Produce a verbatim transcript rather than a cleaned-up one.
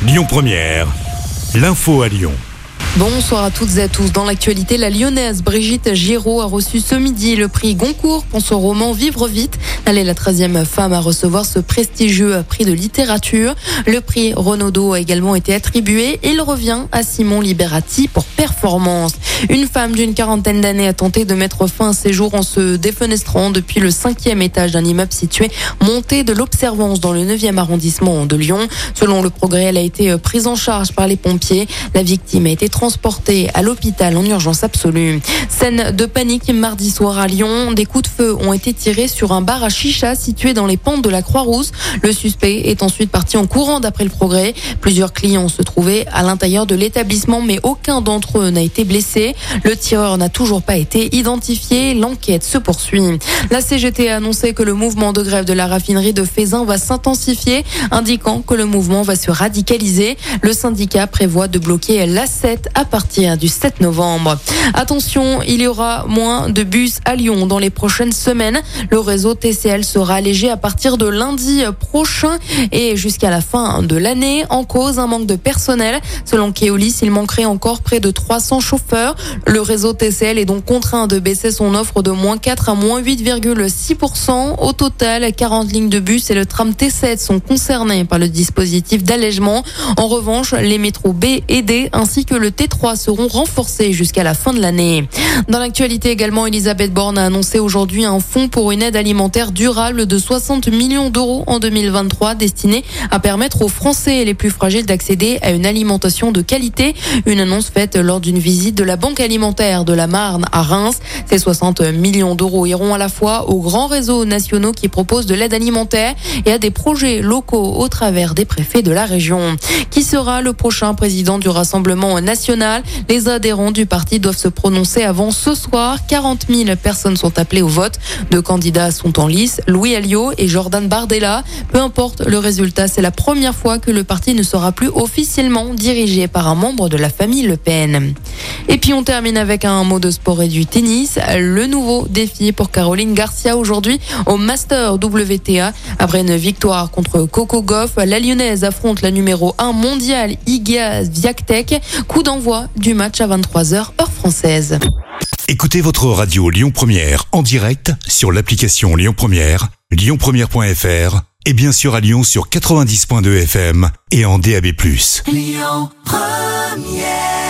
Lyon Première, l'info à Lyon. Bonsoir à toutes et à tous. Dans l'actualité, la lyonnaise Brigitte Giraud a reçu ce midi le prix Goncourt pour son roman Vivre vite. Elle est la treizième femme à recevoir ce prestigieux prix de littérature. Le prix Renaudot a également été attribué. Il revient à Simon Liberati pour performance. Une femme d'une quarantaine d'années a tenté de mettre fin à ses jours en se défenestrant depuis le cinquième étage d'un immeuble situé montée de l'Observance dans le neuvième arrondissement de Lyon. Selon Le Progrès, elle a été prise en charge par les pompiers. La victime a été transportée à l'hôpital en urgence absolue. Scène de panique mardi soir à Lyon. Des coups de feu ont été tirés sur un bar à chicha situé dans les pentes de la Croix-Rousse. Le suspect est ensuite parti en courant d'après Le Progrès. Plusieurs clients se trouvaient à l'intérieur de l'établissement, mais aucun d'entre eux n'a été blessé. Le tireur n'a toujours pas été identifié. L'enquête se poursuit. La C G T a annoncé que le mouvement de grève de la raffinerie de Feyzin va s'intensifier, indiquant que le mouvement va se radicaliser. Le syndicat prévoit de bloquer l'A sept à partir du sept novembre. Attention, il y aura moins de bus à Lyon dans les prochaines semaines. Le réseau T C L sera allégé à partir de lundi prochain et jusqu'à la fin de l'année. En cause, un manque de personnel. Selon Keolis, il manquerait encore près de trois cents chauffeurs. Le réseau T C L est donc contraint de baisser son offre de moins quatre à moins huit virgule six pour cent. Au total, quarante lignes de bus et le tram T sept sont concernés par le dispositif d'allègement. En revanche, les métros B et D ainsi que le T trois seront renforcés jusqu'à la fin de l'année. Dans l'actualité également, Elisabeth Borne a annoncé aujourd'hui un fonds pour une aide alimentaire durable de soixante millions d'euros en deux mille vingt-trois destiné à permettre aux Français les plus fragiles d'accéder à une alimentation de qualité. Une annonce faite lors d'une visite de la Banque alimentaire de la Marne à Reims. Ces soixante millions d'euros iront à la fois aux grands réseaux nationaux qui proposent de l'aide alimentaire et à des projets locaux au travers des préfets de la région. Qui sera le prochain président du Rassemblement national? Les adhérents du parti doivent se prononcer avant ce soir. quarante mille personnes sont appelées au vote. Deux candidats sont en lice, Louis Alliot et Jordan Bardella. Peu importe le résultat, c'est la première fois que le parti ne sera plus officiellement dirigé par un membre de la famille Le Pen. Et puis on termine avec un mot de sport et du tennis. Le nouveau défi pour Caroline Garcia aujourd'hui au Master W T A. Après une victoire contre Coco Gauff, la Lyonnaise affronte la numéro un mondiale Iga Swiatek. Coup d'envoi du match à vingt-trois heures heure française. Écoutez votre radio Lyon Première en direct sur l'application Lyon Première, lyon première point f r et bien sûr à Lyon sur quatre-vingt-dix point deux F M et en D A B plus. Lyon Première.